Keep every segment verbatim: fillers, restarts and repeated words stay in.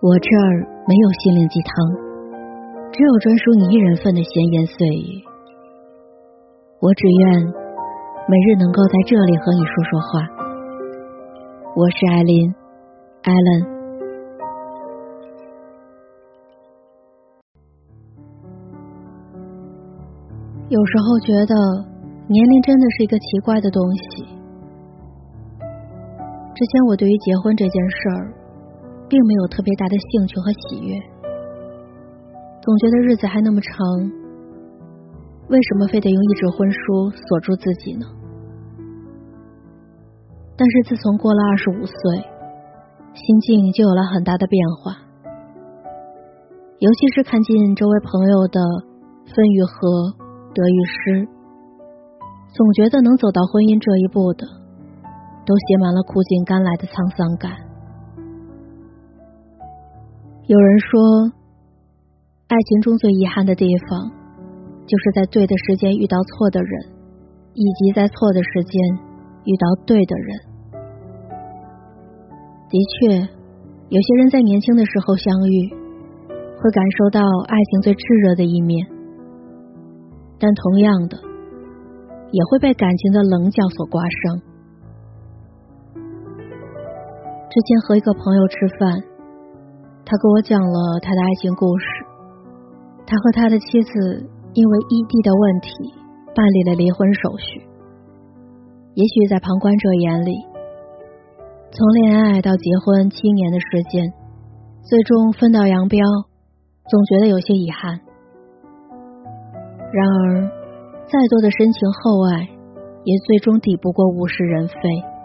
我这儿没有心灵鸡汤，只有专属你一人份的闲言碎语。我只愿每日能够在这里和你说说话。我是艾琳，艾伦。有时候觉得年龄真的是一个奇怪的东西。之前我对于结婚这件事儿并没有特别大的兴趣和喜悦，总觉得日子还那么长，为什么非得用一纸婚书锁住自己呢？但是自从过了二十五岁，心境就有了很大的变化，尤其是看见周围朋友的分与合、得与失，总觉得能走到婚姻这一步的，都写满了苦尽甘来的沧桑感。有人说，爱情中最遗憾的地方，就是在对的时间遇到错的人，以及在错的时间遇到对的人。的确，有些人在年轻的时候相遇，会感受到爱情最炽热的一面，但同样的，也会被感情的棱角所刮伤。之前和一个朋友吃饭，他给我讲了他的爱情故事。他和他的妻子因为异地的问题办理了离婚手续。也许在旁观者眼里，从恋爱到结婚七年的时间，最终分道扬镳，总觉得有些遗憾。然而再多的深情厚爱，也最终抵不过物是人非。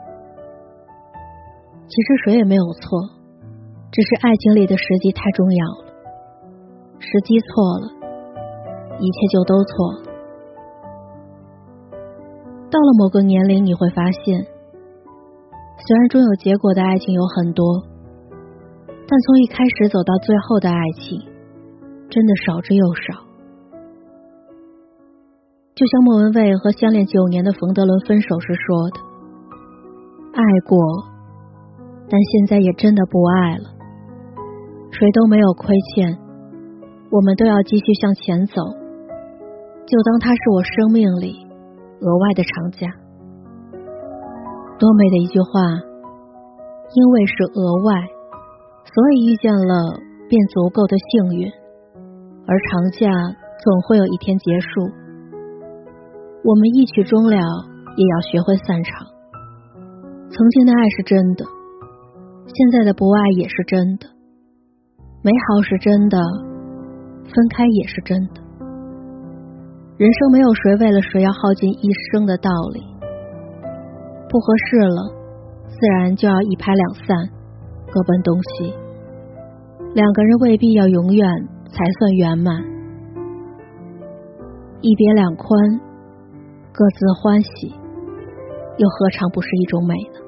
其实谁也没有错，只是爱情里的时机太重要了，时机错了，一切就都错了。到了某个年龄，你会发现，虽然终有结果的爱情有很多，但从一开始走到最后的爱情，真的少之又少。就像莫文蔚和相恋九年的冯德伦分手时说的，爱过，但现在也真的不爱了。谁都没有亏欠，我们都要继续向前走，就当它是我生命里额外的长假。多美的一句话，因为是额外，所以遇见了便足够的幸运，而长假总会有一天结束。我们一曲终了，也要学会散场。曾经的爱是真的，现在的不爱也是真的，美好是真的，分开也是真的。人生没有谁为了谁要耗尽一生的道理，不合适了，自然就要一拍两散，各奔东西。两个人未必要永远才算圆满，一别两宽，各自欢喜，又何尝不是一种美呢？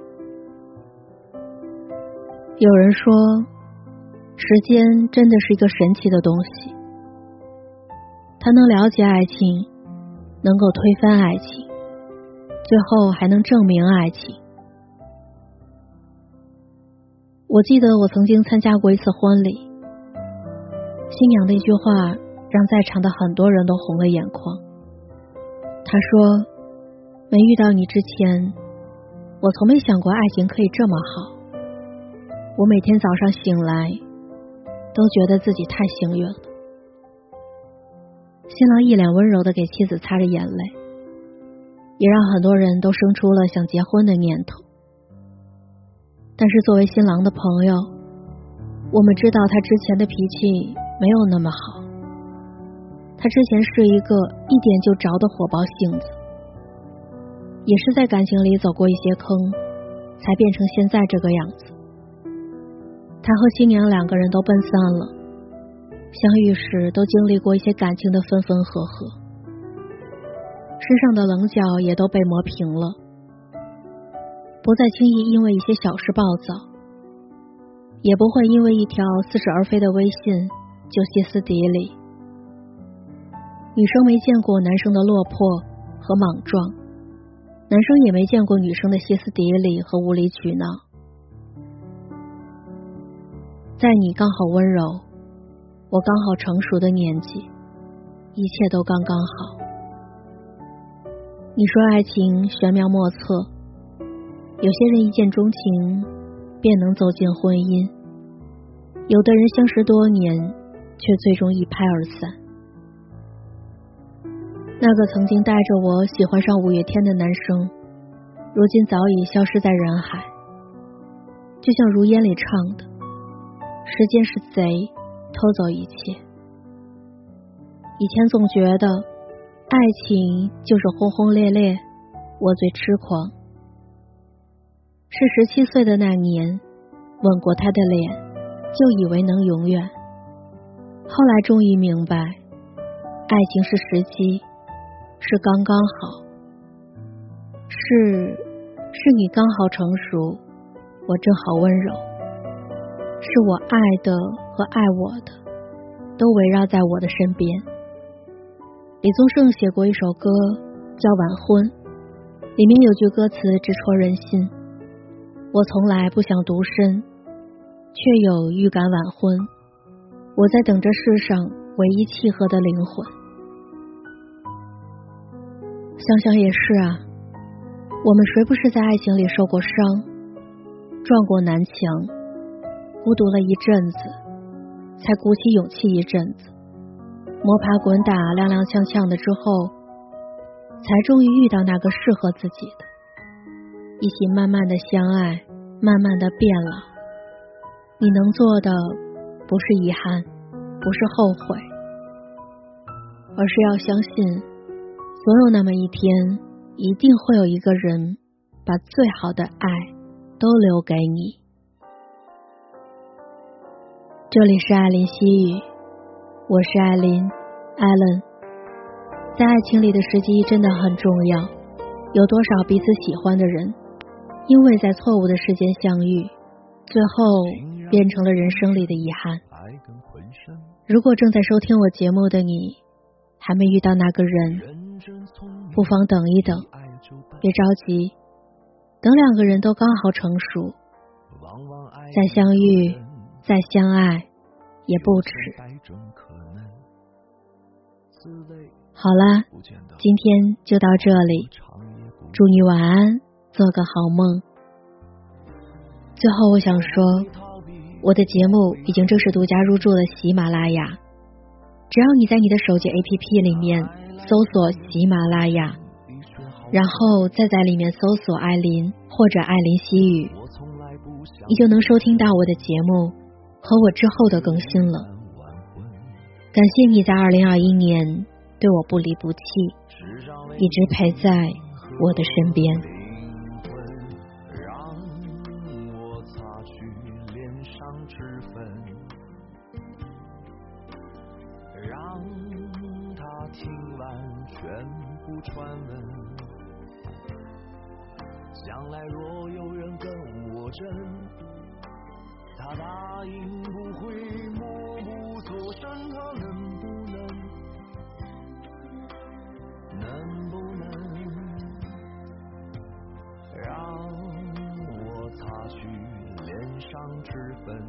有人说，时间真的是一个神奇的东西，它能了解爱情，能够推翻爱情，最后还能证明爱情。我记得我曾经参加过一次婚礼，新娘的一句话让在场的很多人都红了眼眶。她说，没遇到你之前，我从没想过爱情可以这么好。我每天早上醒来都觉得自己太幸运了。新郎一脸温柔地给妻子擦着眼泪，也让很多人都生出了想结婚的念头。但是作为新郎的朋友，我们知道他之前的脾气没有那么好，他之前是一个一点就着的火爆性子，也是在感情里走过一些坑，才变成现在这个样子。他和新娘两个人都奔散了，相遇时都经历过一些感情的分分合合，身上的棱角也都被磨平了，不再轻易因为一些小事暴躁，也不会因为一条似是而非的微信就歇斯底里。女生没见过男生的落魄和莽撞，男生也没见过女生的歇斯底里和无理取闹。 在你刚好温柔，我刚好成熟的年纪，一切都刚刚好。你说爱情玄妙莫测，有些人一见钟情便能走进婚姻，有的人相识多年却最终一拍而散。那个曾经带着我喜欢上五月天的男生，如今早已消失在人海。就像如烟里唱的，时间是贼，偷走一切。以前总觉得爱情就是轰轰烈烈，我最痴狂。是十七岁的那年吻过他的脸，就以为能永远。后来终于明白，爱情是时机，是刚刚好，是是你刚好成熟，我正好温柔，是我爱的和爱我的都围绕在我的身边。李宗盛写过一首歌叫《晚婚》，里面有句歌词直戳人心，我从来不想独身，却有预感晚婚，我在等着世上唯一契合的灵魂。想想也是啊，我们谁不是在爱情里受过伤，撞过南墙，孤独了一阵子，才鼓起勇气一阵子，摸爬滚打踉踉跄跄的之后，才终于遇到那个适合自己的，一起慢慢的相爱，慢慢的变老。你能做的不是遗憾，不是后悔，而是要相信总有那么一天，一定会有一个人把最好的爱都留给你。这里是艾琳西语，我是艾琳 Allen。 在爱情里的时机真的很重要，有多少彼此喜欢的人，因为在错误的时间相遇，最后变成了人生里的遗憾。如果正在收听我节目的你还没遇到那个人，不妨等一等，别着急，等两个人都刚好成熟，再相遇再相爱也不迟。好啦，今天就到这里，祝你晚安，做个好梦。最后我想说，我的节目已经正式独家入驻了喜马拉雅，只要你在你的手机 A P P 里面搜索喜马拉雅，然后再在里面搜索艾琳或者艾琳西语，你就能收听到我的节目和我之后的更新了。感谢你在二零二一年对我不离不弃，一直陪在我的身边。 让我擦去脸上脂粉，让他听完全部传闻。将来若有人跟我争，他答应不会默不作声。他能不能能不能让我擦去脸上脂粉，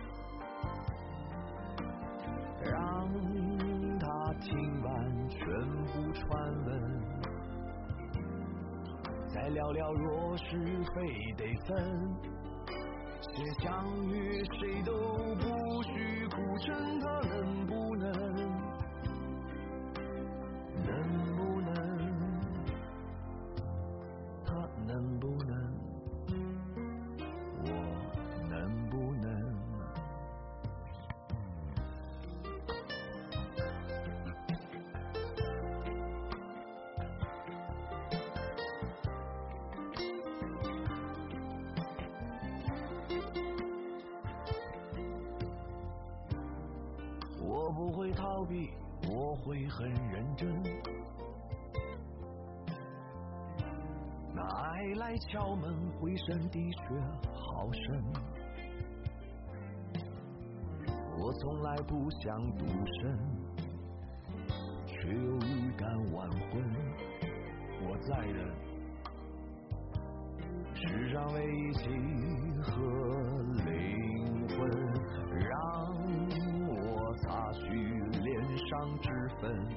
让他听完全部传闻，再聊聊若是非得分，谁相遇谁都不许苦撑。他能不能能不能他能不能我能不能。我不会逃避，我会很认真。那爱来敲门，回声的确好深。我从来不想独身，却又预感晚婚。我在人世上唯一契合灵魂。 分，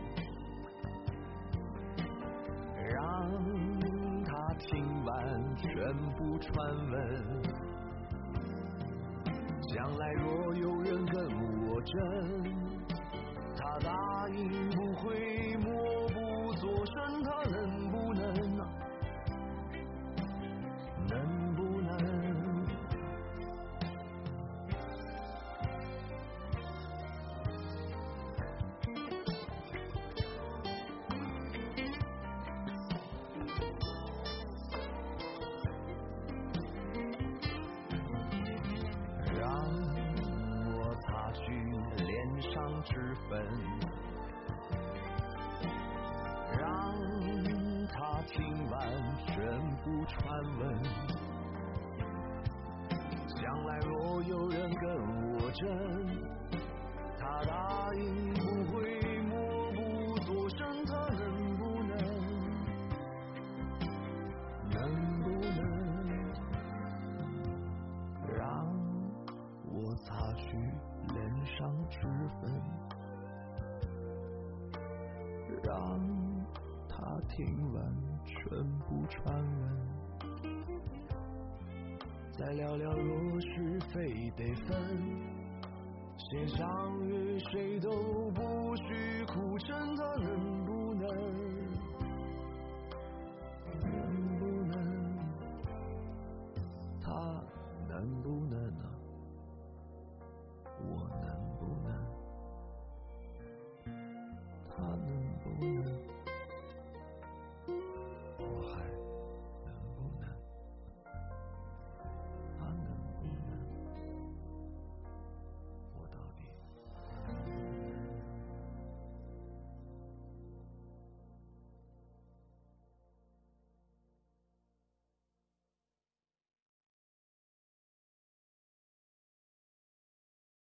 让他听完全部传闻。将来若有人跟我争，他答应不会默不作声，他能不能能不能让我擦去脸上脂粉，让他听完全部传闻。将来若有人跟我争，他答应不会默不作声，他能不能能不能让我擦去脸上脂粉，让他听完全部传闻。再聊聊若是非得分，谁相约谁都不许苦撑，他能不能